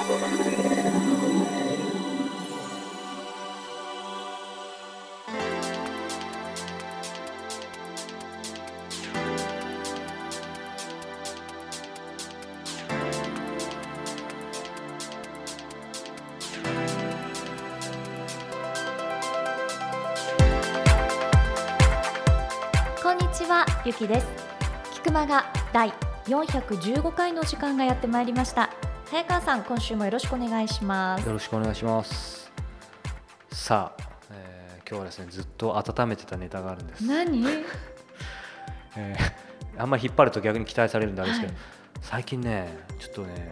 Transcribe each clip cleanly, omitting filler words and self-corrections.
こんにちは、ゆきです。キクマが第415回の時間がやってまいりました。早川さん、今週もよろしくお願いします。 よろしくお願いします。さあ、今日はですね、ずっと温めてたネタがあるんです。 何？ あんまり引っ張ると逆に期待されるんであれですけど、最近ね、ちょっとね、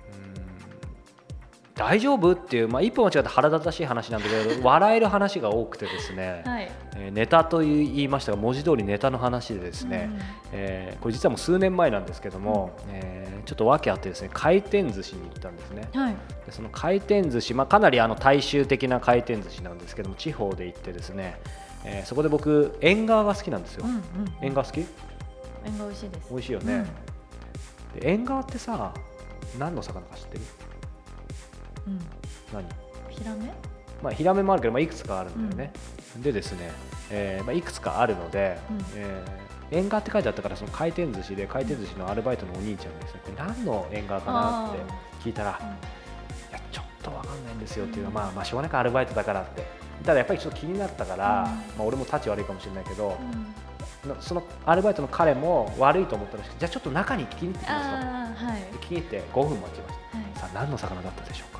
大丈夫っていう、一歩間違って腹立たしい話なんだけど笑える話が多くてですね、ネタと言いましたが文字通りネタの話でですね、これ実はもう数年前なんですけども、ちょっと訳あってですね、回転寿司に行ったんですね。でその回転寿司、かなり大衆的な回転寿司なんですけども、地方で行ってですね、そこで僕エンガワが好きなんですよ。エンガワ好き？エンガワ美味しいです。 美味しいよね。でエンガワってさ、何の魚か知ってる？何？ ヒラメ？ ヒラメもあるけど、いくつかあるんだよね。でですね、いくつかあるので、縁側って書いてあったから、その回転寿司で回転寿司のアルバイトのお兄ちゃんにですね、これ何の縁側かなって聞いたら、いやちょっとわかんないんですよっていうのは、しょうがないかアルバイトだからって。ただやっぱりちょっと気になったから、俺も立ち悪いかもしれないけど、そのアルバイトの彼も悪いと思ったらしくて、じゃあちょっと中に聞きに行ってきますと。聞きに行って5分待ちました。さあ何の魚だったでしょうか？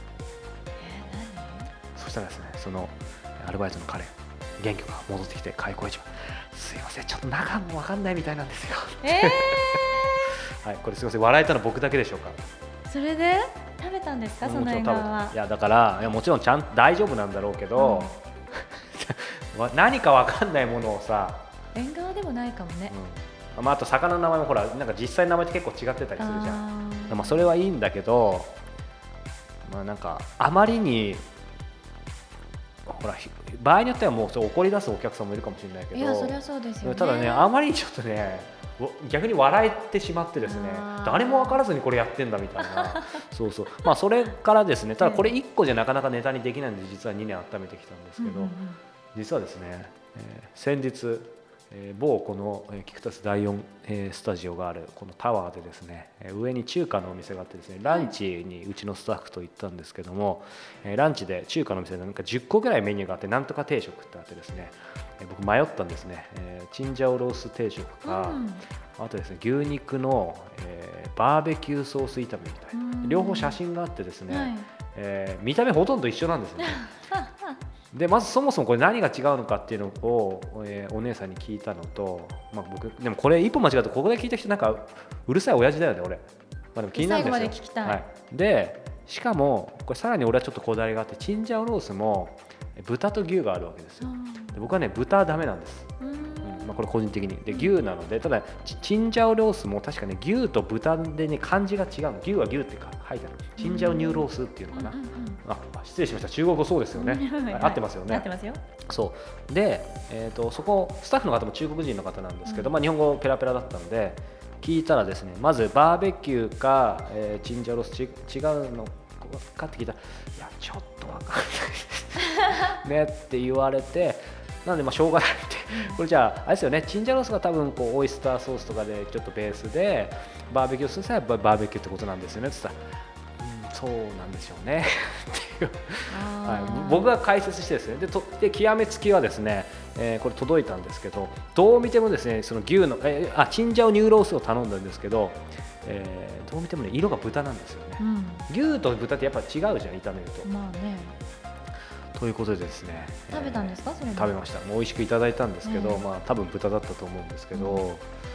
そしたらですね、そのアルバイトの彼、元気が戻ってきて開口一番、すいません、ちょっと中も分かんないみたいなんですよ。はい、これすいません、笑えたの僕だけでしょうか？ それで食べたんですか、その縁側は？ いやだからもちろんちゃんと大丈夫なんだろうけど、何か分かんないものをさ、 縁側でもないかもね。 あと魚の名前もほら、なんか実際の名前って結構違ってたりするじゃん。それはいいんだけど、なんかあまりにほら場合によってはもう怒り出すお客さんもいるかもしれないけど、 いやそりゃそうですよね。 ただね、あまりにちょっとね、逆に笑えてしまってですね、誰も分からずにこれやってんだみたいな。そうそう、それからですね、ただこれ1個じゃなかなかネタにできないんで、実は2年温めてきたんですけど、実はですね、先日某このキクタス第4スタジオがあるこのタワーでですね、上に中華のお店があってですね、ランチにうちのスタッフと行ったんですけども、ランチで中華のお店でなんか10個ぐらいメニューがあって、なんとか定食ってあってですね、僕迷ったんですね。チンジャオロース定食か、あとですね、牛肉のバーベキューソース炒めみたいな、両方写真があってですね、見た目ほとんど一緒なんですね。でまずそもそもこれ何が違うのかっていうのを、お姉さんに聞いたのと、僕でもこれ一歩間違うとここで聞いた人なんかうるさい親父だよね俺。でも気になるんですよ。 最後まで聞きたい。 でしかもこれさらに俺はちょっとこだわりがあって、チンジャオロースも豚と牛があるわけですよ。で僕はね、豚はダメなんです。これ個人的にで牛なので、ただチンジャオロースも確かね、牛と豚でね漢字が違うの。牛は牛って書いてある。チンジャオニューロースっていうのかな。失礼しました、中国語そうですよね。合ってますよね。 合ってますよ。 そうで、そこスタッフの方も中国人の方なんですけど、日本語ペラペラだったので聞いたらですね、まずバーベキューか、チンジャオロース違うのかって聞いたら、いやちょっとわかんないですねって言われて、なのでしょうがないって、これじゃああれですよね、チンジャオロースが多分こうオイスターソースとかでちょっとベースでバーベキューする際はバーベキューってことなんですよねって言ったら、そうなんでしょうねっていう、僕が解説してですね、で極めつきはですね、これ届いたんですけど、どう見てもですね、その牛のチンジャオニューロースを頼んだんですけど、どう見てもね、色が豚なんですよね。牛と豚ってやっぱ違うじゃん、炒めると。ということでですね、 食べたんですか？それ食べました。もう美味しくいただいたんですけど、多分豚だったと思うんですけど、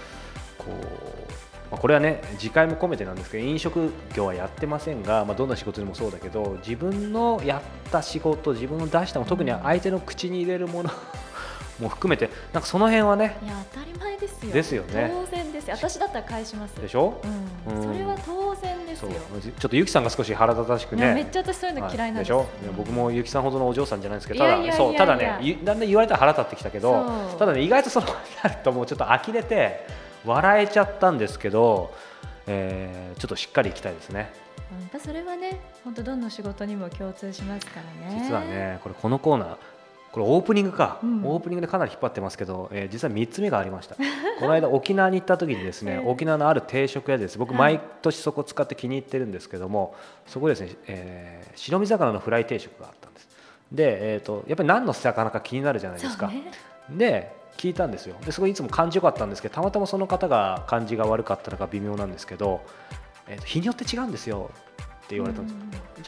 これはね、次回も込めてなんですけど、飲食業はやってませんが、どんな仕事でもそうだけど、自分のやった仕事、自分の出したもの、特に相手の口に入れるものも含めて、なんかその辺はね、 いや当たり前ですよ。 ですよね。 当然ですよ。私だったら返します。 でしょ？ それは当然ですよ。 ちょっとゆきさんが少し腹立たしくね。 めっちゃ私そういうの嫌いなんです。 でしょ？僕もゆきさんほどのお嬢さんじゃないですけど、ただね、だんだん言われたら腹立ってきたけど、ただね、意外とそのなるともうちょっと呆れて笑えちゃったんですけど、 ちょっとしっかりいきたいですね。 それはね本当どの仕事にも共通しますからね。 実はねこのコーナーこれオープニングか、 うん、 オープニングでかなり引っ張ってますけど、実は3つ目がありました。この間沖縄に行った時にですね、沖縄のある定食屋です。僕毎年そこ使って気に入ってるんですけども、そこですね、白身魚のフライ定食があったんです。で、やっぱり何の魚か気になるじゃないですか。で聞いたんですよ。ですごいいつも感じよかったんですけど、たまたまその方が感じが悪かったのか微妙なんですけど、日によって違うんですよって言われたんです。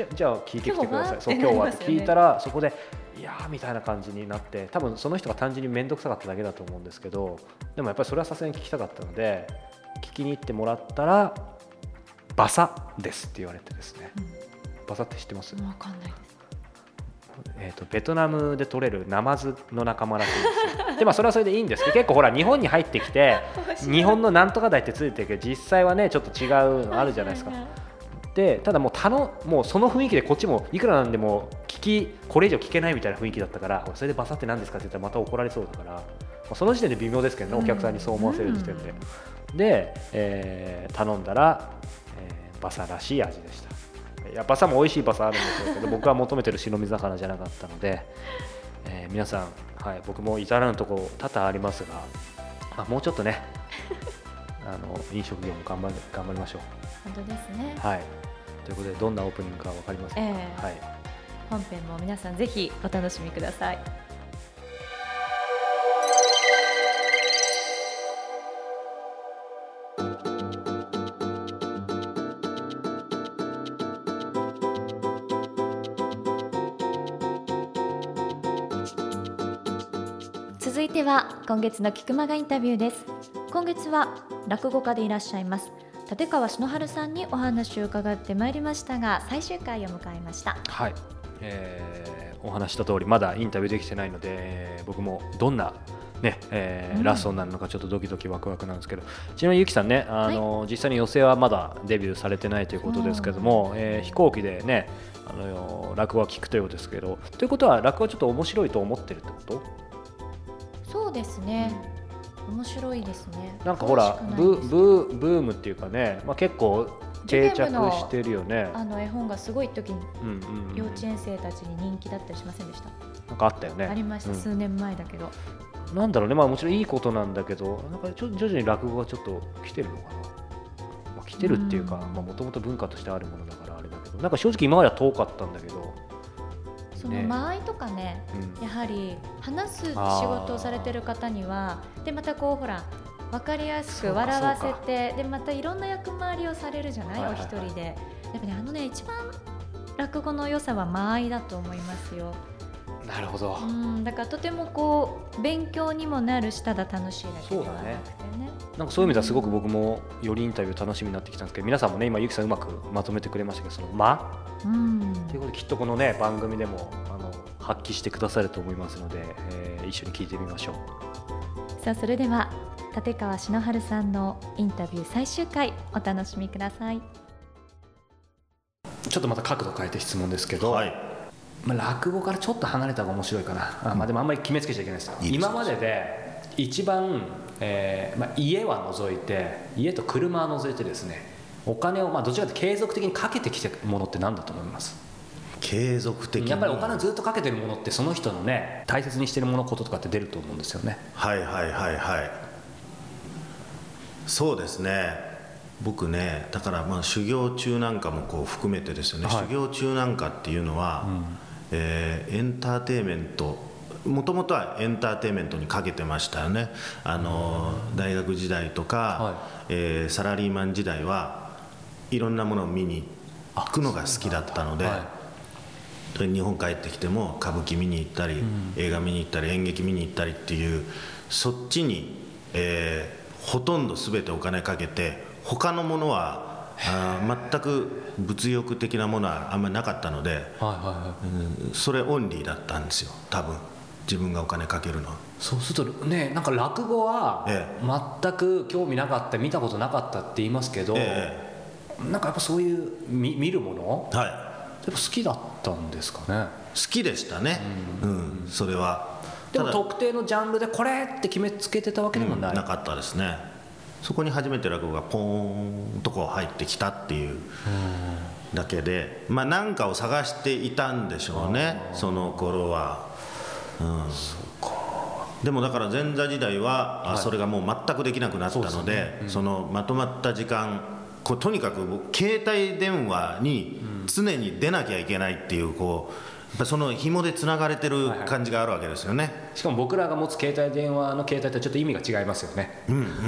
じゃあ聞いてきてください。そう今日はって聞いたら、そこでいやーみたいな感じになって、多分その人が単純に面倒くさかっただけだと思うんですけど、でもやっぱりそれはさすがに聞きたかったので聞きに行ってもらったらバサですって言われてですね、バサって知ってます？ わかんないです。 ベトナムで取れるナマズの仲間らしいんですよ。でそれはそれでいいんですけど、結構ほら日本に入ってきて日本のなんとか台ってついてるけど実際はねちょっと違うのあるじゃないですか。でただもうその雰囲気でこっちもいくらなんでもこれ以上聞けないみたいな雰囲気だったから、それでバサって何ですかって言ったらまた怒られそうだから、その時点で微妙ですけどね、お客さんにそう思わせる時点で。で、頼んだら、バサらしい味でした。いやバサも美味しいバサあるんでしょうけど僕は求めてる白身魚じゃなかったので、皆さん、僕も至らぬところ多々ありますが、もうちょっとね飲食業も頑張りましょう。 本当ですね。 ということでどんなオープニングか分かりませんが、 本編も皆さんぜひお楽しみください。続いては今月の菊間がインタビューです。今月は落語家でいらっしゃいます立川篠原さんにお話を伺ってまいりましたが、最終回を迎えました。 お話した通りまだインタビューできてないので、僕もどんな、ラストになるのかちょっとドキドキワクワクなんですけど、ちなみにゆきさんね、実際に寄席はまだデビューされてないということですけども、飛行機でね落語は聞くということですけど、ということは落語はちょっと面白いと思ってるってこと？ そうですね、面白いですね。 なんかほらブームっていうかね、結構定着してるよね。 絵本がすごい時に幼稚園生たちに人気だったりしませんでした？ なんかあったよね。 ありました、数年前だけど。 なんだろうね、もちろんいいことなんだけど、なんか徐々に落語がちょっと来てるのかな。来てるっていうか、もともと文化としてあるものだからあれだけど、なんか正直今までは遠かったんだけど。 その間合いとかね、やはり話す仕事をされてる方にはでまたこうほら分かりやすく笑わせて、でまたいろんな役回りをされるじゃない、お一人で。やっぱね一番落語の良さは間合いだと思いますよ。 なるほど。 だからとてもこう勉強にもなるし、ただ楽しいだけではなくてね。 なんかそういう意味ではすごく僕もよりインタビュー楽しみになってきたんですけど、皆さんもね今ゆきさんうまくまとめてくれましたけど、その間ということできっとこのね番組でも発揮してくださると思いますので、一緒に聞いてみましょう。 さあそれでは立川篠原さんのインタビュー最終回お楽しみください。 ちょっとまた角度変えて質問ですけど、落語からちょっと離れた方が面白いかな。でもあんまり決めつけちゃいけないです。今までで一番、家は除いて、家と車は除いてですね、お金をどちらかというと継続的にかけてきたものって何だと思います？ 継続的にやっぱりお金をずっとかけてるものってその人のね大切にしてるものこととかって出ると思うんですよね。 そうですね。僕ねだから修行中なんかもこう含めてですよね、修行中なんかっていうのは、エンターテインメント、もともとはエンターテインメントにかけてましたよね。大学時代とか、サラリーマン時代はいろんなものを見に行くのが好きだったので、日本帰ってきても歌舞伎見に行ったり、映画見に行ったり演劇見に行ったりっていうそっちに、ほとんど全てお金かけて、他のものは全く物欲的なものはあんまりなかったので、それオンリーだったんですよ、多分自分がお金かけるのは。 そうするとね、なんか落語は全く興味なかった、見たことなかったって言いますけど、なんかやっぱそういう見るもの、やっぱ好きだったんですかね。 好きでしたね、それは。 でも特定のジャンルでこれって決めつけてたわけでもない、 なかったですね。 そこに初めて落語がポーンとこう入ってきたっていうだけで、まあ何かを探していたんでしょうね、その頃は。そうか。でもだから前座時代は、それがもう全くできなくなったので、そのまとまった時間、こうとにかく携帯電話に常に出なきゃいけないっていう、こうやっぱその紐でつながれてる感じがあるわけですよね。 しかも僕らが持つ携帯電話の携帯とちょっと意味が違いますよね。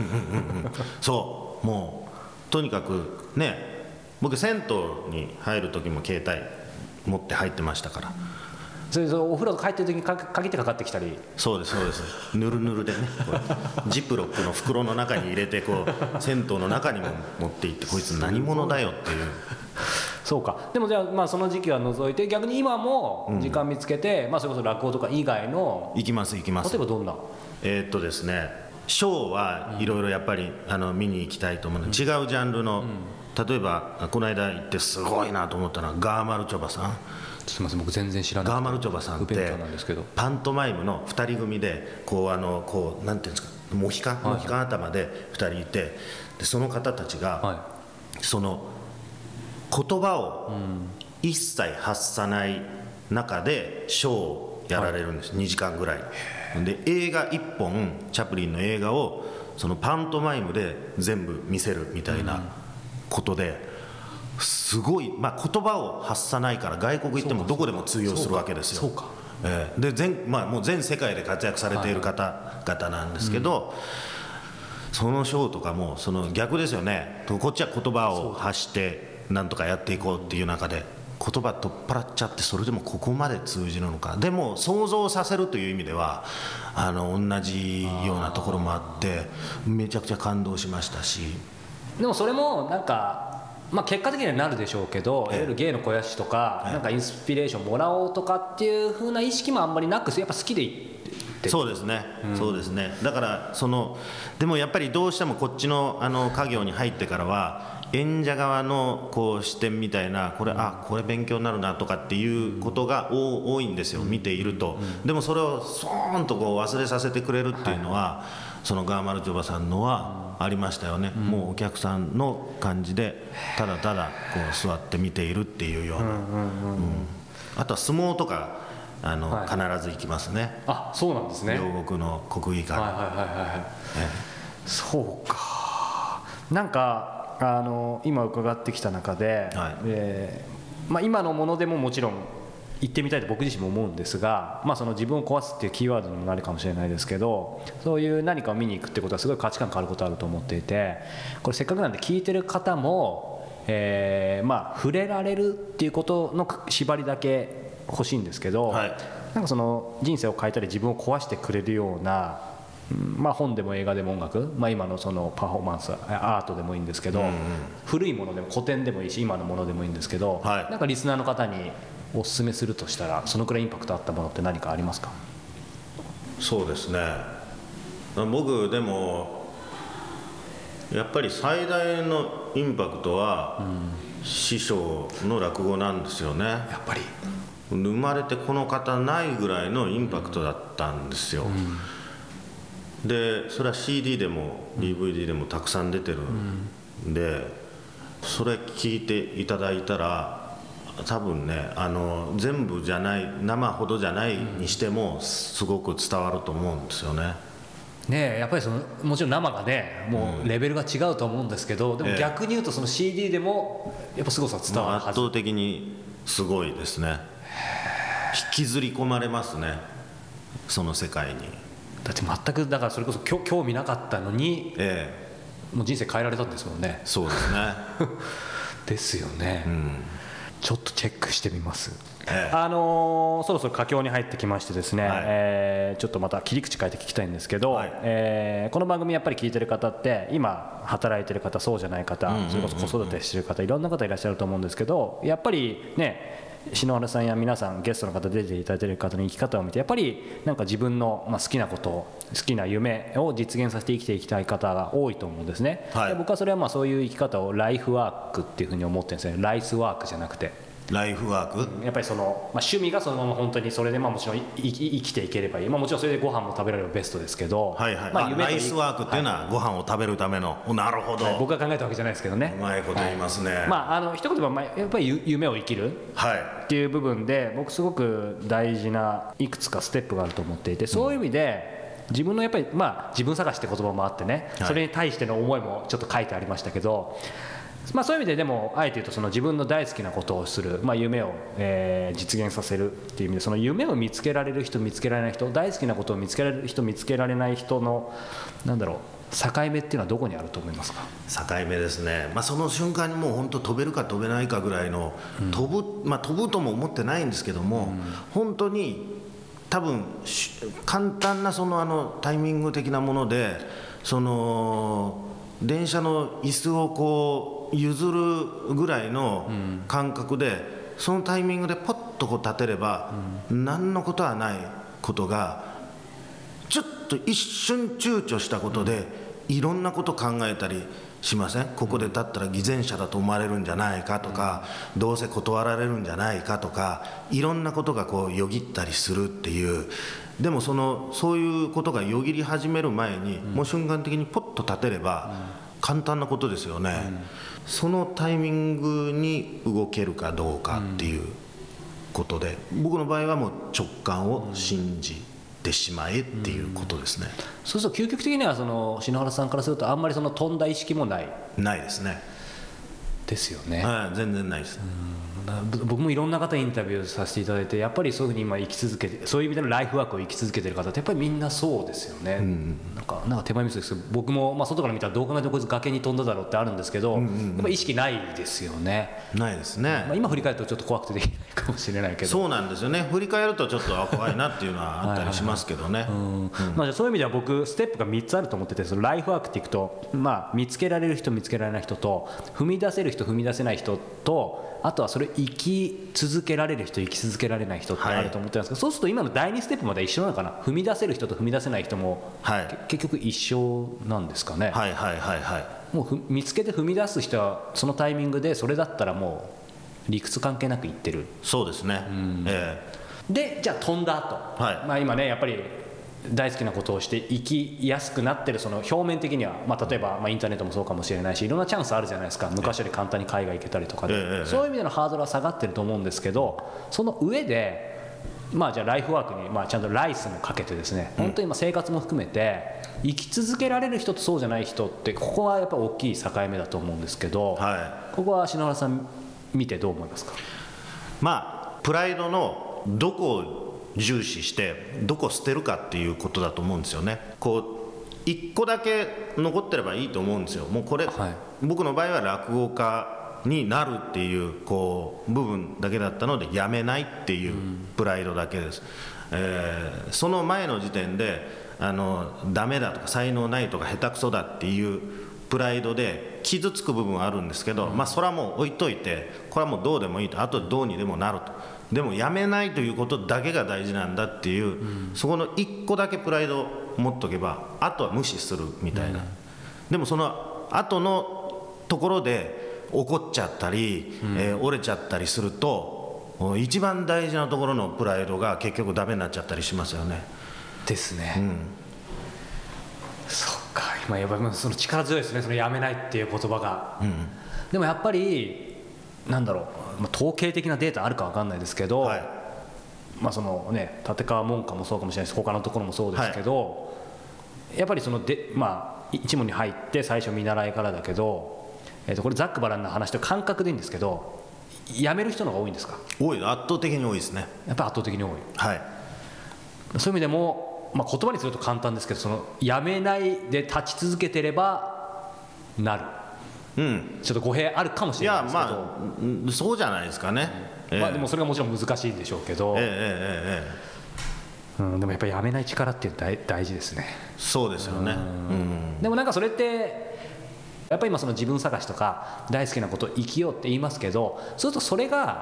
そう、もうとにかくね、僕銭湯に入る時も携帯持って入ってましたから。それお風呂帰ってる時に限ってかかってきたり。 そうですそうです。ぬるぬるでね、こうジップロックの袋の中に入れて、こう銭湯の中にも持って行って、こいつ何者だよっていう。 そうか。でもじゃあ、まあその時期は除いて、逆に今も時間見つけて、まあそれこそ落語とか以外の。 行きます行きます。 例えばどんな。 ですね、ショーはいろいろやっぱり見に行きたいと思うので、違うジャンルの、例えばこの間行ってすごいなと思ったのはガーマルチョバさん。 すみません、僕全然知らない。 ガーマルチョバさんってパントマイムの2人組で、こうなんていうんですか、モヒカン頭で2人いて、でその方たちが、その言葉を一切発さない中でショーをやられるんです、2時間ぐらいで。映画1本、チャプリンの映画をそのパントマイムで全部見せるみたいなことで、すごい、まあ、言葉を発さないから外国行ってもどこでも通用するわけですよ。でもう全世界で活躍されている方々なんですけど、そのショーとかもその逆ですよね。こっちは言葉を発してなんとかやっていこうっていう中で、言葉取っ払っちゃって、それでもここまで通じるのか。でも想像させるという意味では同じようなところもあって、めちゃくちゃ感動しましたし。 でもそれもなんか、まあ、結果的にはなるでしょうけど、いわゆる芸の肥やしとか、なんかインスピレーションもらおうとかっていう風な意識もあんまりなく、やっぱ好きでいって。 そうですね、そうですね。だからでもやっぱりどうしてもこっちの家業に入ってからは、演者側のこう視点みたいな、これ勉強になるなとかっていうことが多いんですよ、見ていると。でもそれをスーンとこう忘れさせてくれるっていうのは、そのガーマルチョバさんのはありましたよね。もうお客さんの感じでただただこう座って見ているっていうような。あとは相撲とか必ず行きますね。 あ、そうなんですね。 両国の国技館。 そうか。なんか今伺ってきた中で、まあ、今のものでももちろん行ってみたいと僕自身も思うんですが、まあ、その自分を壊すっていうキーワードにもなるかもしれないですけど、そういう何かを見に行くってことはすごい価値観変わることあると思っていて、これせっかくなんで聞いてる方も、まあ触れられるっていうことの縛りだけ欲しいんですけど、なんかその人生を変えたり自分を壊してくれるような、まあ、本でも映画でも音楽、まあ、今のそのパフォーマンスアートでもいいんですけど、古いものでも古典でもいいし今のものでもいいんですけど、なんかリスナーの方におすすめするとしたら、そのくらいインパクトあったものって何かありますか？ そうですね、僕でもやっぱり最大のインパクトは、師匠の落語なんですよね。 やっぱり生まれてこの方ないぐらいのインパクトだったんですよ。でそれは CD でも DVD でもたくさん出てるんで、それ聞いていただいたら多分ね、全部じゃない、生ほどじゃないにしてもすごく伝わると思うんですよね。 ねえ、やっぱりもちろん生がね、もうレベルが違うと思うんですけど、でも逆に言うとその CD でもやっぱすごさ伝わるはず。 圧倒的にすごいですね。引きずり込まれますね、その世界に。 だって全くだからそれこそ興味なかったのに、もう人生変えられたんですもんね。 そうですねですよね、ちょっとチェックしてみます。そろそろ佳境に入ってきましてですね、ちょっとまた切り口変えて聞きたいんですけど、この番組やっぱり聞いてる方って今働いてる方、そうじゃない方、それこそ子育てしてる方、いろんな方いらっしゃると思うんですけど、やっぱりね、篠原さんや皆さんゲストの方出ていただいている方の生き方を見て、やっぱりなんか自分の好きなこと、好きな夢を実現させて生きていきたい方が多いと思うんですね。で僕はそれはそういう生き方をライフワークっていうふうに思ってるんですね。ライスワークじゃなくて。 ライフワーク、 やっぱりその、趣味がそのまま本当にそれでもちろん生きていければいい、もちろんそれでご飯も食べられればベストですけど、 はいはい、ライフワークっていうのはご飯を食べるための、なるほど、 僕が考えたわけじゃないですけどね。 うまいこと言いますね。 一言ではやっぱり夢を生きるっていう部分で、僕すごく大事ないくつかステップがあると思っていて、そういう意味で自分のやっぱり自分探しって言葉もあってね、それに対しての思いもちょっと書いてありましたけど、そういう意味ででもあえて言うとその自分の大好きなことをする、夢を、実現させるっていう意味で、その夢を見つけられる人見つけられない人、大好きなことを見つけられる人見つけられない人の境目っていうのはどこにあると思いますか？ 境目ですね、その瞬間にもう本当飛べるか飛べないかぐらいの、飛ぶとも思ってないんですけども、本当に多分簡単なそのタイミング的なもので、その電車の椅子をこう譲るぐらいの感覚で、そのタイミングでポッとこう立てれば、何のことはないことがちょっと一瞬躊躇したことでいろんなこと考えたりしません？ここで立ったら偽善者だと思われるんじゃないかとか、どうせ断られるんじゃないかとか、いろんなことがこうよぎったりするっていう。でもそういうことがよぎり始める前に、もう瞬間的にポッと立てれば簡単なことですよね。そのタイミングに動けるかどうかっていうことで、僕の場合はもう直感を信じてしまえっていうことですね。 そうすると究極的には篠原さんからするとあんまり飛んだ意識もないですね。 ですよね。 全然ないです。 僕もいろんな方にインタビューさせていただいて、やっぱりそういうふうに今生き続けて、そういう意味でのライフワークを生き続けてる方ってやっぱりみんなそうですよね。なんか手前味噌ですけど、僕も外から見たらどう考えてもこいつ崖に飛んだだろうってあるんですけど、やっぱり意識ないですよね。 ないですね。 今振り返るとちょっと怖くてできないかもしれないけど、 そうなんですよね。振り返るとちょっと怖いなっていうのはあったりしますけどね。 そういう意味では僕ステップが3つあると思ってて、そのライフワークっていくと、見つけられる人見つけられない人と、踏み出せる人踏み出せない人と、あとはそれ生き続けられる人生き続けられない人ってあると思ってるんですけど、そうすると今の第2ステップまで一緒なのかな。踏み出せる人と踏み出せない人も、結局一緒なんですかね。もう見つけて踏み出す人はそのタイミングでそれだったらもう理屈関係なくいってる。 そうですね。 でじゃあ飛んだ後、今ねやっぱり大好きなことをして生きやすくなってる、その表面的には、例えば、インターネットもそうかもしれないし、いろんなチャンスあるじゃないですか。昔より簡単に海外行けたりとかで、そういう意味でのハードルは下がってると思うんですけど、その上でじゃあライフワークに、ちゃんとライスもかけてですね、本当に今生活も含めて生き続けられる人とそうじゃない人って、ここはやっぱ大きい境目だと思うんですけど、ここは篠原さん見てどう思いますか？ プライドのどこを重視してどこを捨てるかっていうことだと思うんですよね。一個だけ残ってればいいと思うんですよ。もうこれ、僕の場合は落語家になるっていう部分だけだったので、やめないっていうプライドだけです。その前の時点でダメだとか才能ないとか下手くそだっていうプライドで傷つく部分はあるんですけど、それはもう置いといて、これはもうどうでもいいと、あとどうにでもなると。でもやめないということだけが大事なんだっていう、そこの一個だけプライドを持っとけば、あとは無視するみたいな。でもその後のところで怒っちゃったり、折れちゃったりすると、一番大事なところのプライドが結局ダメになっちゃったりしますよね。 ですね。そっか、今やっぱりその力強いですね、そのやめないっていう言葉が。でもやっぱりなんだろう、統計的なデータあるか分かんないですけど、そのね、立川門下もそうかもしれないし、他のところもそうですけど、やっぱりその一問に入って最初見習いからだけど、これざっくばらんな話と感覚でいいんですけど、辞める人の方が多いんですか？ 多い、圧倒的に多いですね。 やっぱり圧倒的に多い。そういう意味でも、言葉にすると簡単ですけど、その辞めないで立ち続けてればなる。ちょっと語弊あるかもしれないですけど、 そうじゃないですかね。 でもそれがもちろん難しいんでしょうけど、でもやっぱりやめない力っていうのは大事ですね。 そうですよね。 でもなんかそれってやっぱり今その自分探しとか大好きなことを生きようって言いますけど、そうするとそれが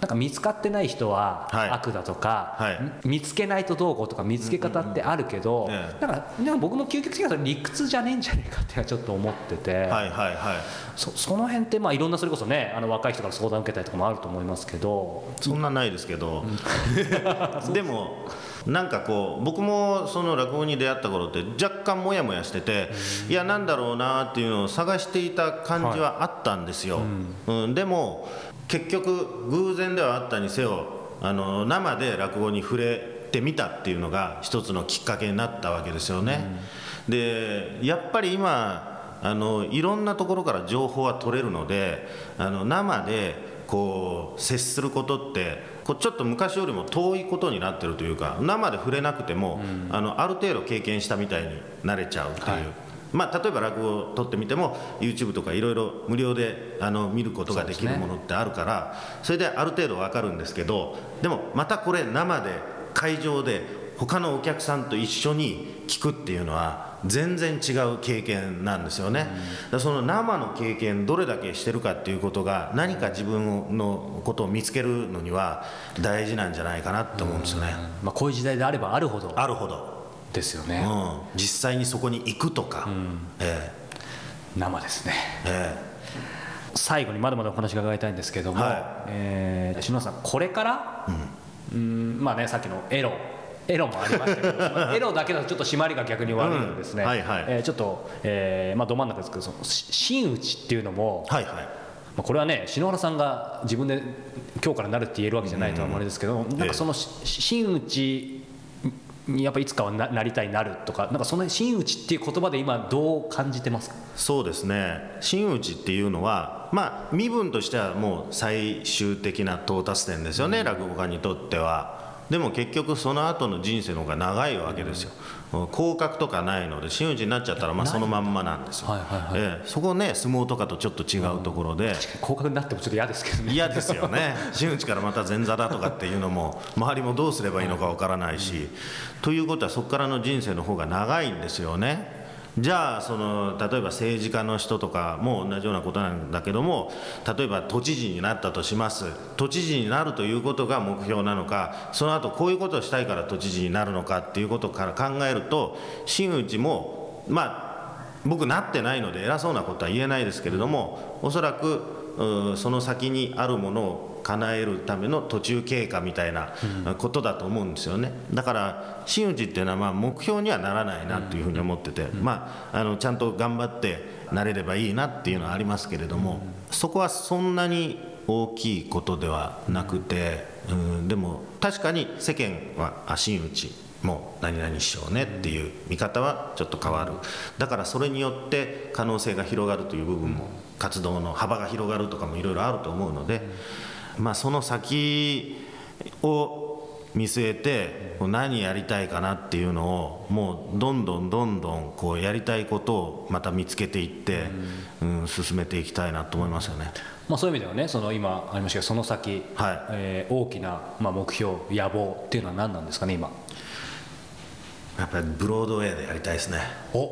なんか見つかってない人は悪だとか、見つけないとどうこうとか見つけ方ってあるけど、だからでも僕も究極的には理屈じゃねえんじゃねえかってちょっと思ってて、その辺っていろんなそれこそね若い人から相談受けたりとかもあると思いますけど、 そんなないですけどでもなんかこう僕もその落語に出会った頃って若干モヤモヤしてて、いやなんだろうなっていうのを探していた感じはあったんですよ、でも結局偶然ではあったにせよ生で落語に触れてみたっていうのが一つのきっかけになったわけですよね、でやっぱり今いろんなところから情報は取れるので生でこう接することってちょっと昔よりも遠いことになってるというか、生で触れなくても、ある程度経験したみたいになれちゃうっていう、例えば落語を撮ってみても YouTube とかいろいろ無料で見ることができるものってあるから、それである程度わかるんですけど、でもまたこれ生で会場で他のお客さんと一緒に聞くっていうのは全然違う経験なんですよね、その生の経験どれだけしてるかっていうことが何か自分のことを見つけるのには大事なんじゃないかなって思うんですよね、 こういう時代であればあるほどですよね、 実際にそこに行くとか、 生ですね、最後にまだまだお話が伺いたいんですけども、篠原さんこれから、さっきのエロもありましたけどエロだけだとちょっと締まりが逆に悪いのですね、ちょっと、ど真ん中ですけど真打ちっていうのも、これはね篠原さんが自分で今日からなるって言えるわけじゃないとは思うんですけど、なんかその真打ちにやっぱいつかは なりたいなるとか、なんかその真打ちっていう言葉で今どう感じてますか？ そうですね、真打ちっていうのは身分としてはもう最終的な到達点ですよね、落語家にとっては。でも結局その後の人生の方が長いわけですよ、降格とかないので真打ちになっちゃったらそのまんまなんですよ、そこね相撲とかとちょっと違うところで、 降格になってもちょっと嫌ですけどね。 嫌ですよね真打ちからまた前座だとかっていうのも周りもどうすればいいのかわからないし、ということはそこからの人生の方が長いんですよね。じゃあ例えば政治家の人とかも同じようなことなんだけども、例えば都知事になったとします。都知事になるということが目標なのか、その後こういうことをしたいから都知事になるのかっていうことから考えると、真打ちも僕なってないので偉そうなことは言えないですけれども、おそらくその先にあるものを叶えるための途中経過みたいなことだと思うんですよね。だから真打ちっていうのは目標にはならないなというふうに思ってて、ちゃんと頑張ってなれればいいなっていうのはありますけれども、そこはそんなに大きいことではなくて、でも確かに世間は真打ちもう何々しようねっていう見方はちょっと変わる。だからそれによって可能性が広がるという部分も、活動の幅が広がるとかもいろいろあると思うので、その先を見据えて何やりたいかなっていうのをもうどんどんこうやりたいことをまた見つけていって、進めていきたいなと思いますよね。 そういう意味ではね、今ありましたけどその先、大きな目標野望っていうのは何なんですかね今。 やっぱりブロードウェイでやりたいですね。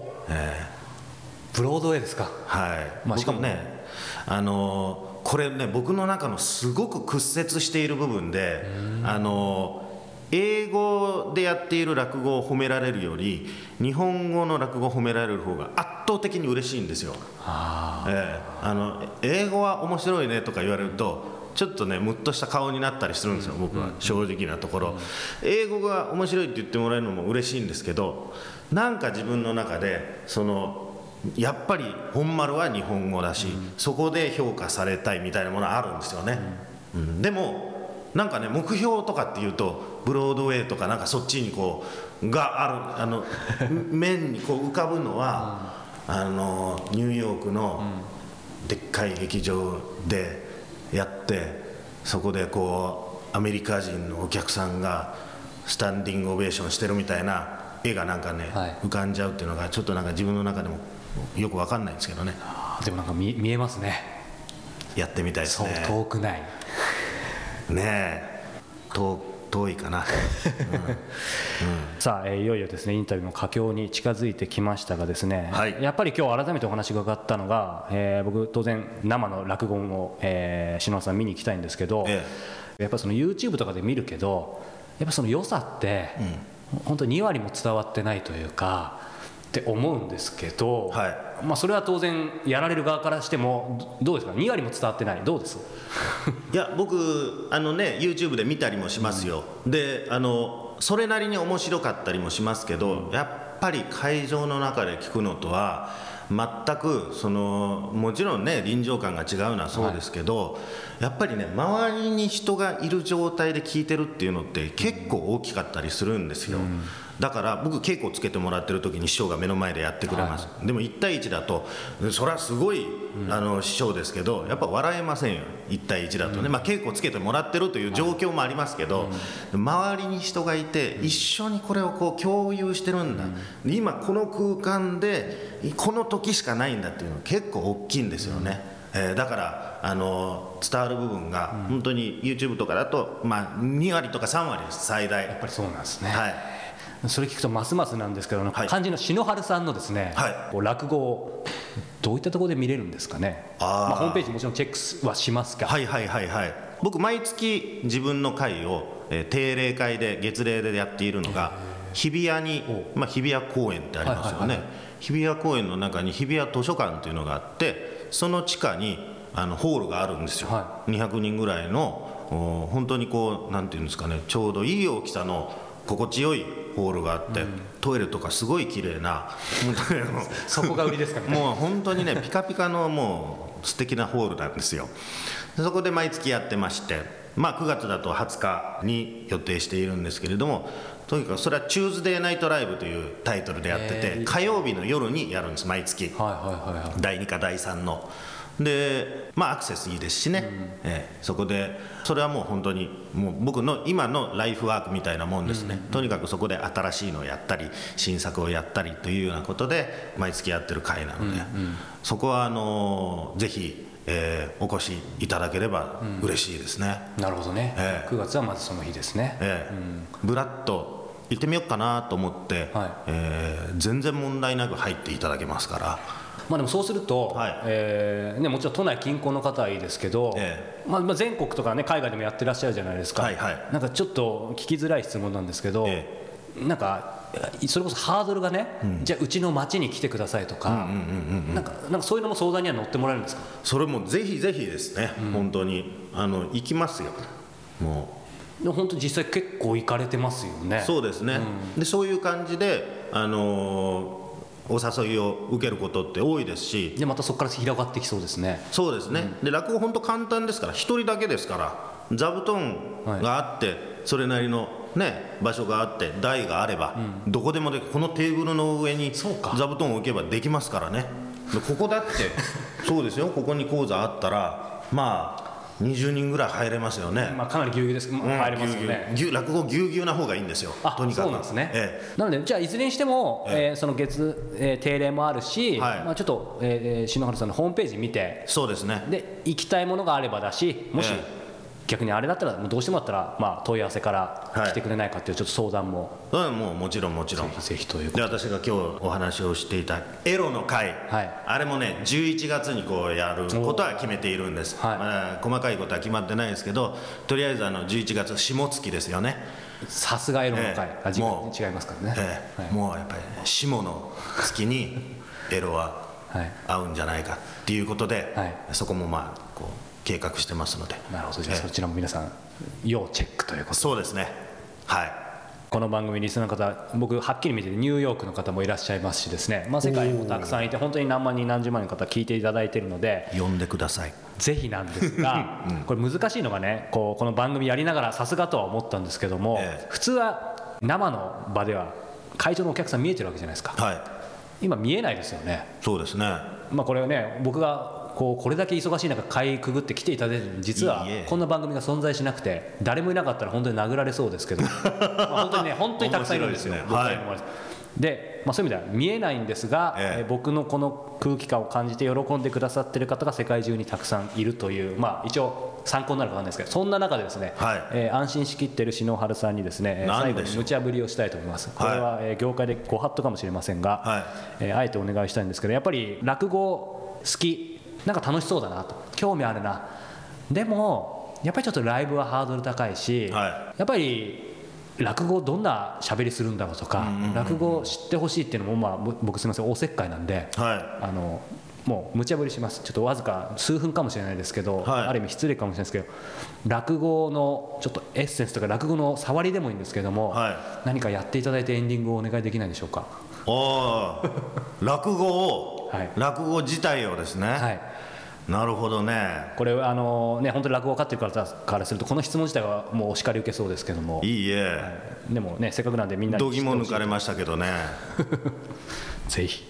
ブロードウェイですか。 しかもねこれね僕の中のすごく屈折している部分で、英語でやっている落語を褒められるより日本語の落語を褒められる方が圧倒的に嬉しいんですよ。英語は面白いねとか言われるとちょっとねムッとした顔になったりするんですよ、僕は正直なところ。英語が面白いって言ってもらえるのも嬉しいんですけど、なんか自分の中でやっぱり本丸は日本語だし、そこで評価されたいみたいなものはあるんですよね、でもなんかね目標とかっていうとブロードウェイとかなんかそっちにがある面に浮かぶのはニューヨークのでっかい劇場でやって、そこでアメリカ人のお客さんがスタンディングオベーションしてるみたいな絵がなんかね、浮かんじゃうっていうのがちょっとなんか自分の中でもよく分かんないんですけどね。 でもなんか見えますね。 やってみたいですね。 そう遠くないねえ、遠遠いかな、 さあ、いよいよですねインタビューの佳境に近づいてきましたがですね、 はい、 やっぱり今日改めてお話が伺ったのが、僕当然生の落語を、篠原さん見に行きたいんですけど、やっぱその YouTube とかで見るけどやっぱその良さって、本当に2割も伝わってないというかって思うんですけど、はい、まあ、それは当然やられる側からしてもどうですか、2割も伝わってない、どうですいや僕YouTube で見たりもしますよ、でそれなりに面白かったりもしますけど、やっぱり会場の中で聞くのとは全くもちろんね臨場感が違うのはそうですけど、やっぱりね周りに人がいる状態で聞いてるっていうのって結構大きかったりするんですよ、だから僕稽古つけてもらってる時に師匠が目の前でやってくれます、でも1対1だとそれはすごい師匠ですけどやっぱ笑えませんよ、1対1だとね、まあ、稽古つけてもらってるという状況もありますけど、周りに人がいて一緒にこれをこう共有してるんだ、今この空間でこの時しかないんだっていうのは結構大きいんですよね、だから伝わる部分が本当に YouTube とかだと、まあ、2割とか3割です最大。 やっぱりそうなんですね、 はい、 それ聞くとますますなんですけど、 はい、 肝心の篠原さんのですね、はい、こう落語をどういったところで見れるんですかね。まあ、ホームページもちろんチェックはしますが、 はいはいはいはい、僕毎月自分の会を、定例会で月例でやっているのが日比谷に、まあ、日比谷公園ってありますよね、日比谷公園の中に日比谷図書館というのがあって、その地下にホールがあるんですよ、200人ぐらいの本当にこうなんていうんですかね、ちょうどいい大きさの心地よいホールがあって、トイレとかすごい綺麗な本当にそこが売りですかね。 もう本当にねピカピカのもう素敵なホールなんですよ。そこで毎月やってまして、まあ、9月だと20日に予定しているんですけれども、とにかくそれはチューズデーナイトライブというタイトルでやってて、火曜日の夜にやるんです毎月、第2か第3ので、まあアクセスいいですしね、そこでそれはもう本当にもう僕の今のライフワークみたいなもんですね、とにかくそこで新しいのをやったり新作をやったりというようなことで毎月やってる会なので、そこはぜひお越しいただければ嬉しいですね、 なるほどね、9月はまずその日ですね、 ブラッと行ってみようかなと思って、全然問題なく入っていただけますから。 まあ、でもそうすると、ね、もちろん都内近郊の方はいいですけど、まあ、全国とか、ね、海外でもやってらっしゃるじゃないですか、なんかちょっと聞きづらい質問なんですけど、なんかそれこそハードルがね、じゃあうちの町に来てくださいとか、なんかそういうのも相談には乗ってもらえるんですか。 それもぜひぜひですね、本当に行きますよ。もうでも本当に実際結構行かれてますよね。 そうですね、でそういう感じでお誘いを受けることって多いですし、 でまたそこから広がってきそうですね。 そうですね、で落語本当簡単ですから、一人だけですから、座布団があって、それなりのね場所があって台があれば、どこでもこのテーブルの上に座布団を置けばできますからね。でここだってそうですよ、ここに講座あったらまあ20人ぐらい入れますよね。 まあ、かなりぎゅうぎゅうです、入れますよね。 落語ぎゅうぎゅうな方がいいんですよ、とにかく。 そうなんですね、なのでじゃあいずれにしても、その定例もあるし、まあ、ちょっと、篠原さんのホームページ見て、 そうですね、 で行きたいものがあればだし、もし、逆にあれだったらどうしてもだったら、まあ、問い合わせから来てくれないかっていうちょっと相談も、 もうもちろんもちろん、 ぜひぜひということで、私が今日お話をしていたエロの会、あれもね11月にこうやることは決めているんです、まあ、細かいことは決まってないですけど、とりあえず11月下月ですよね。 さすがエロの会、もう違いますからね、 もうやっぱり下の月にエロは合うんじゃないかっていうことで、そこもまあこう計画してますので。 なるほど、じゃあそちらも皆さん要チェックということで。 そうですね、はい。 この番組リスナーの方、僕はっきり見てニューヨークの方もいらっしゃいますしですね、まあ、世界もたくさんいて本当に何万人何十万人の方聞いていただいているので、 呼んでください、 ぜひなんですが、これ難しいのがね、この番組やりながらさすがとは思ったんですけども、普通は生の場では会場のお客さん見えてるわけじゃないですか、今見えないですよね。 そうですね、まあ、これはね、僕がこれだけ忙しい中かいくぐって来ていただいてるのに、実はこんな番組が存在しなくて、誰もいなかったら本当に殴られそうですけどまあ本当にね、本当にたくさんいるんですよ、でで、そういう意味では見えないんですが、僕のこの空気感を感じて喜んでくださっている方が世界中にたくさんいるという、一応参考になるかわかんないですけど、そんな中でですね、安心しきっている篠原さんにですね、最後に無茶ぶりをしたいと思います。これは業界でご法度かもしれませんが、あえてお願いしたいんですけど、やっぱり落語好き、なんか楽しそうだなと、興味あるな、でもやっぱりちょっとライブはハードル高いし、やっぱり落語どんな喋りするんだろうとか、落語知ってほしいっていうのも、僕すみませんおせっかいなんで、もう無茶ぶりします。ちょっとわずか数分かもしれないですけど、ある意味失礼かもしれないですけど、落語のちょっとエッセンスとか落語の触りでもいいんですけども、何かやっていただいてエンディングをお願いできないでしょうか。 落語を、落語自体をですね、なるほどね。 これ本当に落語を分かっている方からするとこの質問自体はもうお叱り受けそうですけども、 いいえ、 でもね、せっかくなんでみんなに度肝抜かれましたけどねぜひ。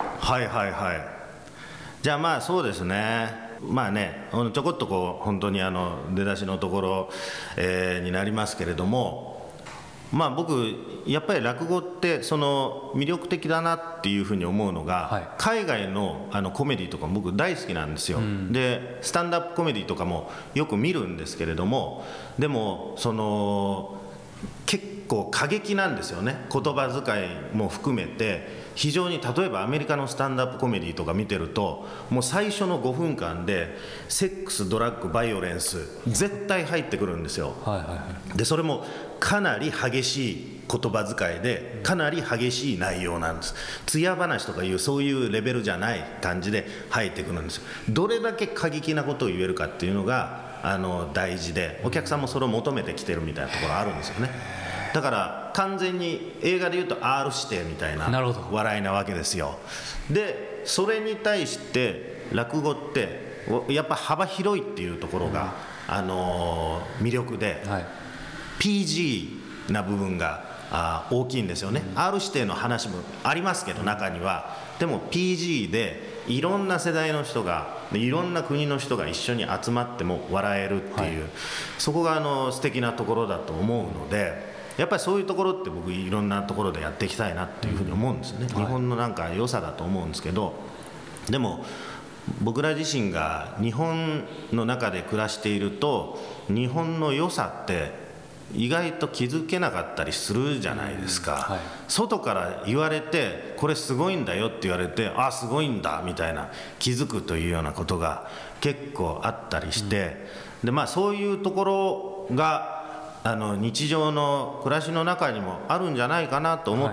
じゃあそうですね、ちょこっと本当に出だしのところ、になりますけれども、僕やっぱり落語ってその魅力的だなっていうふうに思うのが、海外のコメディとか僕大好きなんですよ、でスタンドアップコメディとかもよく見るんですけれども、でもその結構過激なんですよね、言葉遣いも含めて。非常に例えばアメリカのスタンドアップコメディとか見てると、もう最初の5分間でセックス、ドラッグ、バイオレンス絶対入ってくるんですよ。でそれもかなり激しい言葉遣いでかなり激しい内容なんです。艶話とかいうそういうレベルじゃない感じで入ってくるんですよ。どれだけ過激なことを言えるかっていうのが大事で、お客さんもそれを求めてきてるみたいなところあるんですよね。だから完全に映画でいうと R 指定みたいな笑いなわけですよ。でそれに対して落語ってやっぱ幅広いっていうところが、魅力で、PG な部分が大きいんですよね。R 指定の話もありますけど中には、でも PG でいろんな世代の人がいろんな国の人が一緒に集まっても笑えるっていう、そこが素敵なところだと思うので、やっぱりそういうところって僕いろんなところでやっていきたいなっていうふうに思うんですよね、日本のなんか良さだと思うんですけど、でも僕ら自身が日本の中で暮らしていると、日本の良さって意外と気づけなかったりするじゃないですか、外から言われてこれすごいんだよって言われて、あすごいんだみたいな気づくというようなことが結構あったりして、でそういうところが日常の暮らしの中にもあるんじゃないかなと思って、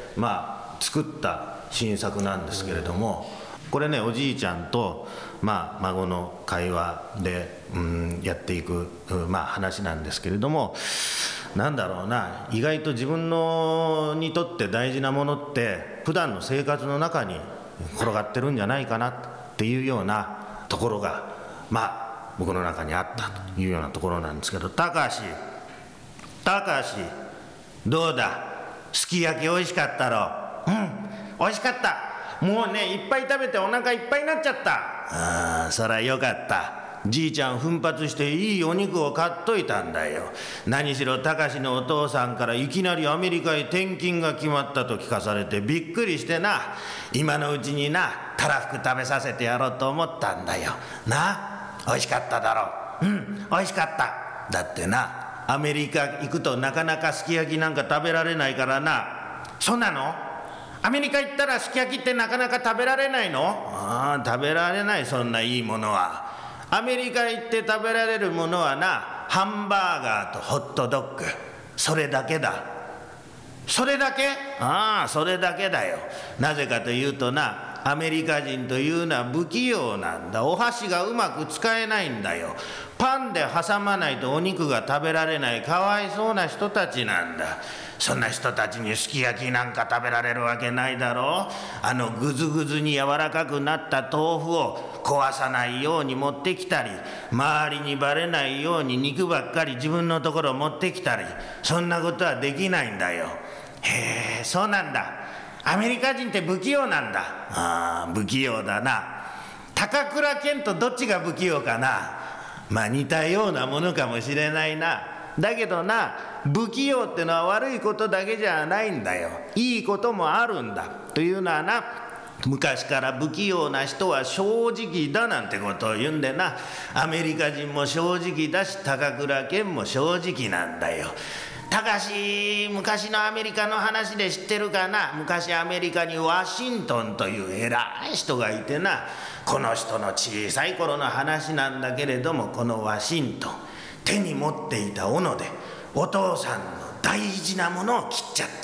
作った新作なんですけれども、これねおじいちゃんと、孫の会話で、やっていく、話なんですけれども、なんだろうな、意外と自分にとって大事なものって普段の生活の中に転がってるんじゃないかなっていうようなところが僕の中にあったというようなところなんですけど、たかしどうだ、すき焼きおいしかったろ。おいしかった。もうねいっぱい食べてお腹いっぱいになっちゃった。そりゃよかった。じいちゃん奮発していいお肉を買っといたんだよ。何しろたかしのお父さんからいきなりアメリカへ転勤が決まったと聞かされてびっくりしてな、今のうちになたらふく食べさせてやろうと思ったんだよな。おいしかっただろ。おいしかった。だってなアメリカ行くとなかなかすき焼きなんか食べられないからな。そうなの？アメリカ行ったらすき焼きってなかなか食べられないの？食べられない、そんないいものは。アメリカ行って食べられるものはな、ハンバーガーとホットドッグ、それだけだ。それだけ？それだけだよ。なぜかというとな、アメリカ人というのは不器用なんだ。お箸がうまく使えないんだよ。パンで挟まないとお肉が食べられないかわいそうな人たちなんだ。そんな人たちにすき焼きなんか食べられるわけないだろう。ぐずぐずに柔らかくなった豆腐を壊さないように持ってきたり、周りにバレないように肉ばっかり自分のところ持ってきたり、そんなことはできないんだよ。へえ、そうなんだ。アメリカ人って不器用なんだ。不器用だな。高倉健とどっちが不器用かな。似たようなものかもしれないな。 だけどな、不器用ってのは悪いことだけじゃないんだよ。いいこともあるんだ。というのはな、昔から不器用な人は正直だなんてことを言うんでな、アメリカ人も正直だし、高倉健も正直なんだよ。たかし、昔のアメリカの話で知ってるかな。昔アメリカにワシントンという偉い人がいてな、この人の小さい頃の話なんだけれども、このワシントン、手に持っていた斧でお父さんの大事なものを切っちゃった。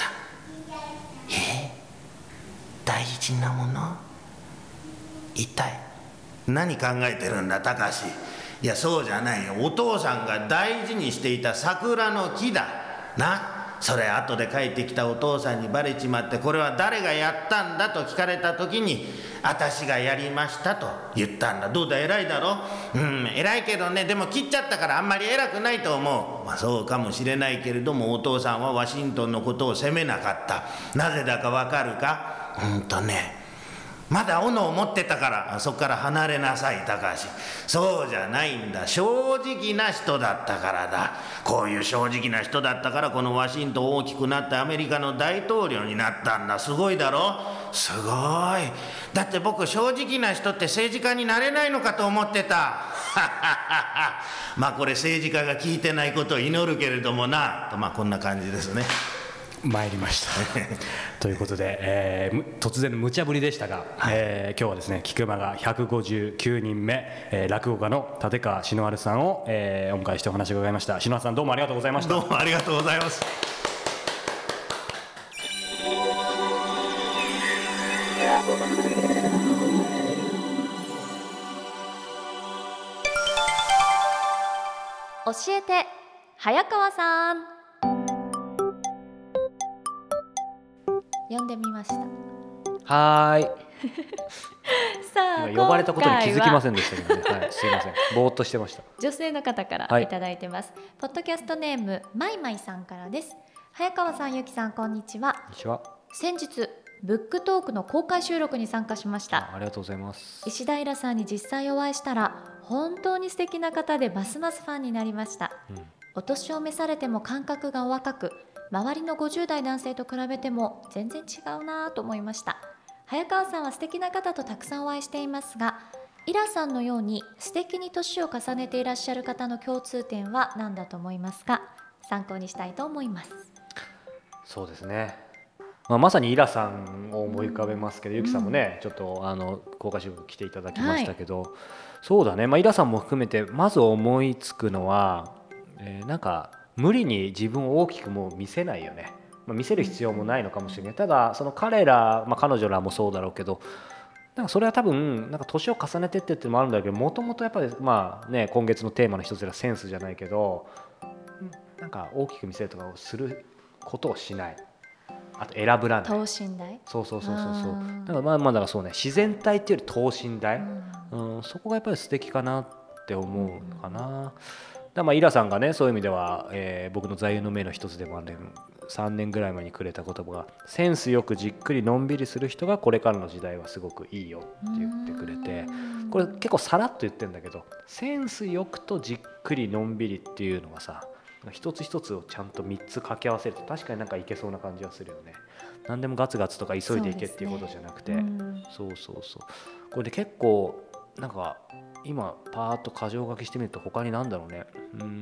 大事なもの？痛い。何考えてるんだ、たかし。いや、そうじゃないよ。お父さんが大事にしていた桜の木だな。それ後で帰ってきたお父さんにバレちまって、これは誰がやったんだと聞かれた時に、私がやりましたと言ったんだ。どうだ、偉いだろ。偉いけどね、でも切っちゃったからあんまり偉くないと思う。まあそうかもしれないけれども、お父さんはワシントンのことを責めなかった。なぜだかわかるか？まだ斧を持ってたから、そこから離れなさい、高橋。そうじゃないんだ。正直な人だったからだ。こういう正直な人だったから、このワシントン大きくなってアメリカの大統領になったんだ。すごいだろ？すごい。だって僕、正直な人って政治家になれないのかと思ってた。まあこれ政治家が聞いてないことを祈るけれどもな。まあこんな感じですね。 参りましたということで、突然の無茶ぶりでしたが、今日はですね、菊間が159人目、落語家の立川志の治さんを、お迎えしてお話を伺いました。志の治さん、どうもありがとうございました。 どうもありがとうございます。 教えて早川さん。読んでみました。 はーいさあ、 今呼ばれたことに気づきませんでしたけどね、はい、すいません、ぼーっとしてました。 女性の方からいただいてます、ポッドキャストネームまいまいさんからです。早川さん、ゆきさん、こんにちは。 こんにちは。 先日ブックトークの公開収録に参加しました。 ありがとうございます。 石平さんに実際お会いしたら本当に素敵な方で、ますますファンになりました、お年を召されても感覚がお若く、周りの50代男性と比べても全然違うなと思いました。早川さんは素敵な方とたくさんお会いしていますが、イラさんのように素敵に年を重ねていらっしゃる方の共通点は何だと思いますか？参考にしたいと思います。 そうですね、まさにイラさんを思い浮かべますけど、ゆきさんもね、ちょっと公開収録来ていただきましたけど、そうだね、イラさんも含めてまず思いつくのは、なんか無理に自分を大きくもう見せないよね。見せる必要もないのかもしれない。ただその彼ら、彼女らもそうだろうけど、なんかそれは多分なんか年を重ねてってってのもあるんだけど、もともとやっぱり今月のテーマの一つではセンスじゃないけど、なんか大きく見せるとかをすることをしない。あと選ぶらない。 等身大。 そう。だからだからそうね、自然体っていうより等身大、そこがやっぱり素敵かなって思うかな。イラさんがね、そういう意味では、僕の座右の銘の一つでもある3年ぐらい前にくれた言葉が、センスよくじっくりのんびりする人がこれからの時代はすごくいいよって言ってくれて、これ結構さらっと言ってるんだけど、センスよくとじっくりのんびりっていうのがさ、一つ一つをちゃんと3つ掛け合わせると確かになんかいけそうな感じはするよね。何でもガツガツとか急いでいけっていうことじゃなくて、そうこれで結構なんか今パーッと箇条書きしてみると、他に何だろうね、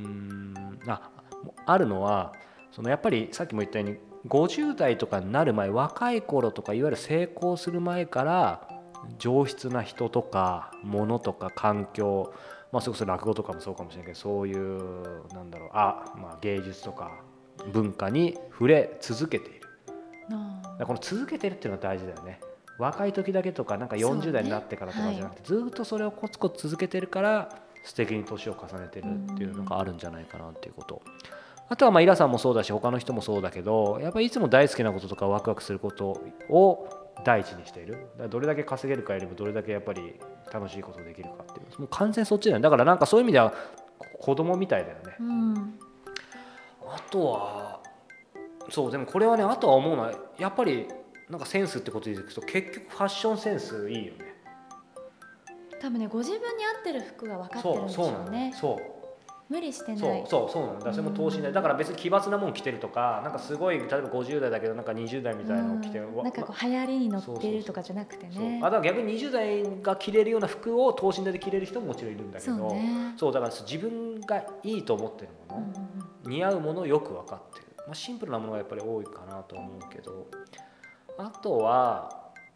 あるのは、やっぱりさっきも言ったように50代とかになる前、若い頃とかいわゆる成功する前から上質な人とか物とか環境、それこそ落語とかもそうかもしれないけど、そういう芸術とか文化に触れ続けている。この続けてるっていうのは大事だよね。若い時だけとか、なんか40代になってからとかじゃなくて、ずっとそれをコツコツ続けてるから素敵に年を重ねてるっていうのがあるんじゃないかなっていうこと。あとはイラさんもそうだし、他の人もそうだけど、やっぱりいつも大好きなこととかワクワクすることを第一にしている。だからどれだけ稼げるかよりもどれだけやっぱり楽しいことできるかっていう、もう完全そっちだよね。だからなんかそういう意味では子供みたいだよね。あとはそう、でもこれはね、あとは思うのはやっぱりなんかセンスってことでいくと、結局ファッションセンスいいよね。 多分ね、ご自分に合ってる服が分かってるんでしょうね。 無理してない。 そうなんだ。それも等身大だから別に奇抜なもん着てるとか、なんかすごい例えば50代だけどなんか20代みたいなのを着てる、 なんかこう流行りに乗ってるとかじゃなくてね。 だから逆に20代が着れるような服を等身大で着れる人ももちろんいるんだけど、そうだから自分がいいと思ってるもの、似合うものをよく分かってる、シンプルなものがやっぱり多いかなと思うけど、あとは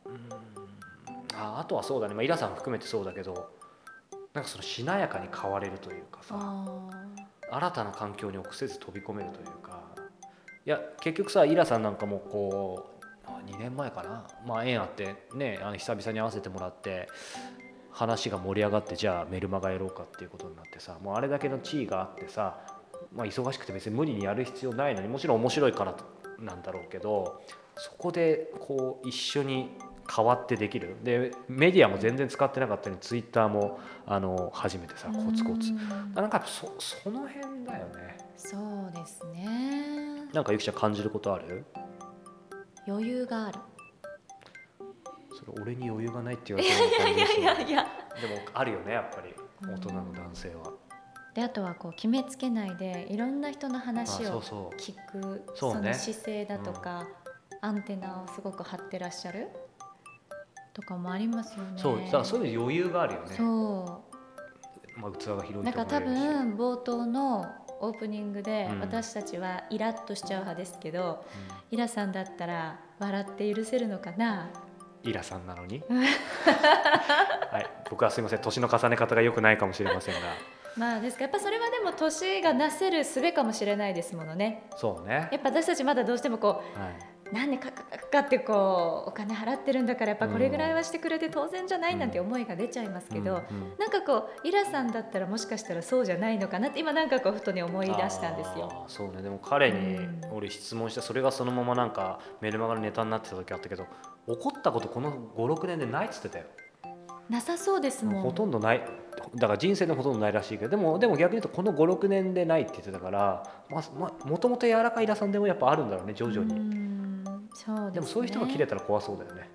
そうだね、イラさん含めてそうだけど、なんかそのしなやかに変われるというかさ、新たな環境に臆せず飛び込めるというか、いや結局さ、イラさんなんかもこう2年前かな、縁あってね、久々に会わせてもらって話が盛り上がって、じゃあメルマガやろうかっていうことになってさ、もうあれだけの地位があってさ、忙しくて別に無理にやる必要ないのに、もちろん面白いからなんだろうけど、そこでこう一緒に変わってできる。でメディアも全然使ってなかったのにツイッターも初めてさ、コツコツなんかその辺だよね。 そうですね。 なんかゆきちゃん感じることある？ 余裕がある。 それ俺に余裕がないって言われてる感じですよね。 いやでもあるよね、やっぱり大人の男性は。 であとはこう決めつけないでいろんな人の話を聞く、その姿勢だとか、アンテナをすごく張ってらっしゃるとかもありますよね。 そういう余裕があるよね。器が広いと思えるし、 なんか多分冒頭のオープニングで、私たちはイラッとしちゃう派ですけど、イラさんだったら笑って許せるのかな。 イラさんなのにはい、僕はすいません、年の重ね方が良くないかもしれませんがですからやっぱそれはでも年がなせる術かもしれないですものね。 そうね。 やっぱ私たちまだどうしてもこう、なんでかってこうお金払ってるんだからやっぱこれぐらいはしてくれて当然じゃないなんて思いが出ちゃいますけど、なんかこうイラさんだったらもしかしたらそうじゃないのかなって今なんかこうふとに思い出したんですよ。 そうね。でも彼に俺質問して、それがそのままなんかメルマガのネタになってた時あったけど、怒ったことこの 5,6 年でないっつってたよ。 なさそうですもん。 ほとんどない。だから人生でほとんどないらしいけど、でも逆に言うとこの 5,6 年でないって言ってたから、もともと柔らかいイラさんでもやっぱあるんだろうね、徐々に。 そうですね。 でもそういう人が切れたら怖そうだよね。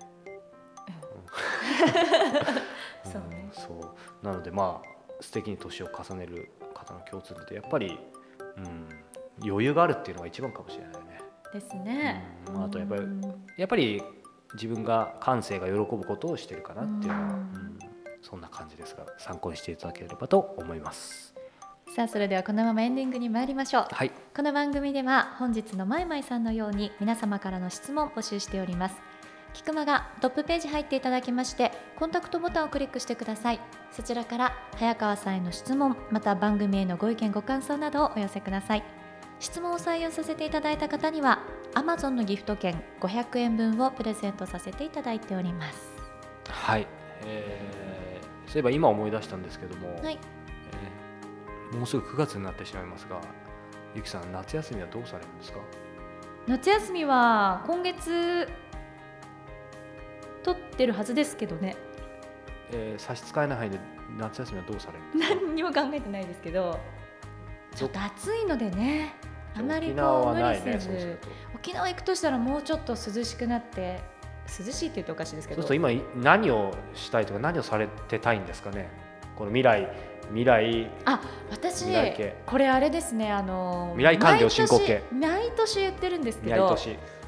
そうね。 そうなので素敵に年を重ねる方の共通点ってやっぱり、余裕があるっていうのが一番かもしれないね。 ですね。 あとやっぱり自分が感性が喜ぶことをしてるかなっていうのは、そんな感じですが、参考にしていただければと思います。 さあそれではこのままエンディングに参りましょう。 はい、 この番組では本日のまいまいさんのように皆様からの質問を募集しております。キクマがトップページ入っていただきまして、コンタクトボタンをクリックしてください。そちらから早川さんへの質問、また番組へのご意見ご感想などをお寄せください。質問を採用させていただいた方には Amazon のギフト券500円分をプレゼントさせていただいております。 はい、そういえば今思い出したんですけども、 はい、 もうすぐ9月になってしまいますが、ゆきさん夏休みはどうされるんですか？ 夏休みは今月取ってるはずですけどね。 差し支えない範囲で夏休みはどうされるんですか？ 何にも考えてないですけど、ちょっと暑いのでね、あまりこう無理せず、沖縄行くとしたらもうちょっと涼しくなって、涼しいって言うとおかしいですけど、 そうすると今何をしたいとか何をされてたいんですかね？この未来私これあれですね、 未来官僚進行形毎年言ってるんですけど、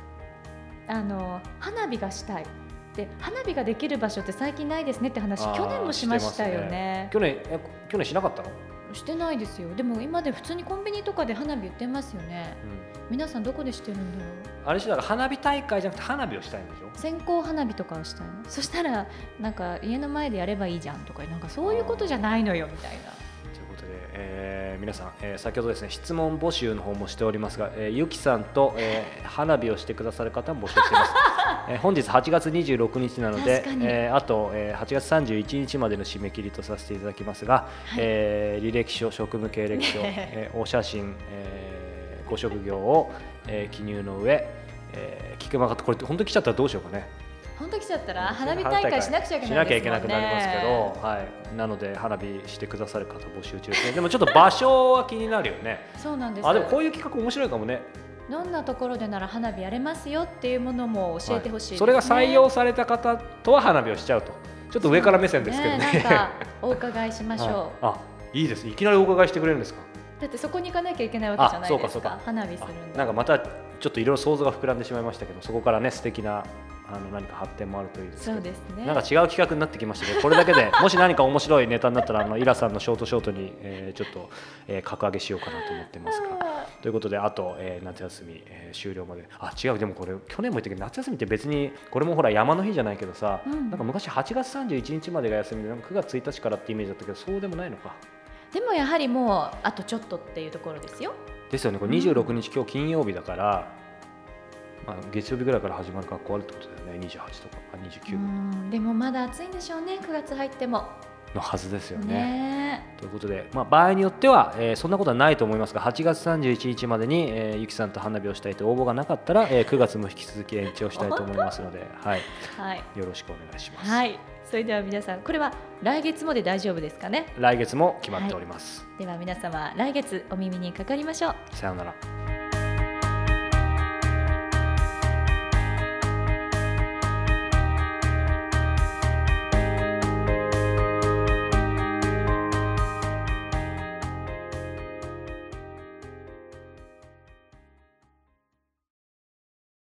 花火がしたい。で花火ができる場所って最近ないですねって話、去年もしましたよね。 去年しなかったの？ してないですよ。でも今で普通にコンビニとかで花火売ってますよね。皆さんどこでしてるんだろう。 あれしだから花火大会じゃなくて花火をしたいんでしょ？ 線香花火とかをしたいの。そしたらなんか家の前でやればいいじゃんとか、なんかそういうことじゃないのよみたいな。 ということで、皆さん、先ほどですね質問募集の方もしておりますが、ゆきさんと、花火をしてくださる方も募集しています。本日8月26日なので、あと、8月31日までの締め切りとさせていただきますが、履歴書、職務経歴書、お写真、ご職業を、記入の上、聞くまがこれ本当に来ちゃったらどうしようかね。 本当に来ちゃったら花火大会しなくちゃいけないですもんね。 しなきゃいけなくなりますけど、はい、なので花火してくださる方募集中ですね。でもちょっと場所は気になるよね。 そうなんです。 でもこういう企画面白いかもね。 どんなところでなら花火やれますよっていうものも教えてほしいですね。 それが採用された方とは花火をしちゃうと、ちょっと上から目線ですけどね。 なんかお伺いしましょう。 いいです。いきなりお伺いしてくれるんですか。 だってそこに行かなきゃいけないわけじゃないですか。花火するんだ。 なんかまたちょっといろいろ想像が膨らんでしまいましたけど、そこからね素敵な何か発展もあるといいですけど。 そうですね。 なんか違う企画になってきましたけど、これだけでもし何か面白いネタになったらイラさんのショートに、ちょっと、格上げしようかなと思ってますが。ということであと、夏休み、終了まで違う。でもこれ去年も言ったけど、夏休みって別にこれもほら山の日じゃないけどさ、なんか昔8月31日までが休みで9月1日からってイメージだったけど、そうでもないのか。 でもやはりもうあとちょっとっていうところですよ。 ですよね。これ26日、今日金曜日だから、月曜日ぐらいから始まる学校あるってことだよね。28とか29。 でもまだ暑いんでしょうね、9月入っても。 のはずですよね。ということで、場合によっては、そんなことはないと思いますが、8月31日までに、ゆきさんと花火をしたいと応募がなかったら、9月も引き続き延長したいと思いますので、よろしくお願いします。 それでは皆さん、これは来月もで大丈夫ですかね。 来月も決まっております。 では皆様、来月お耳にかかりましょう。 さようなら。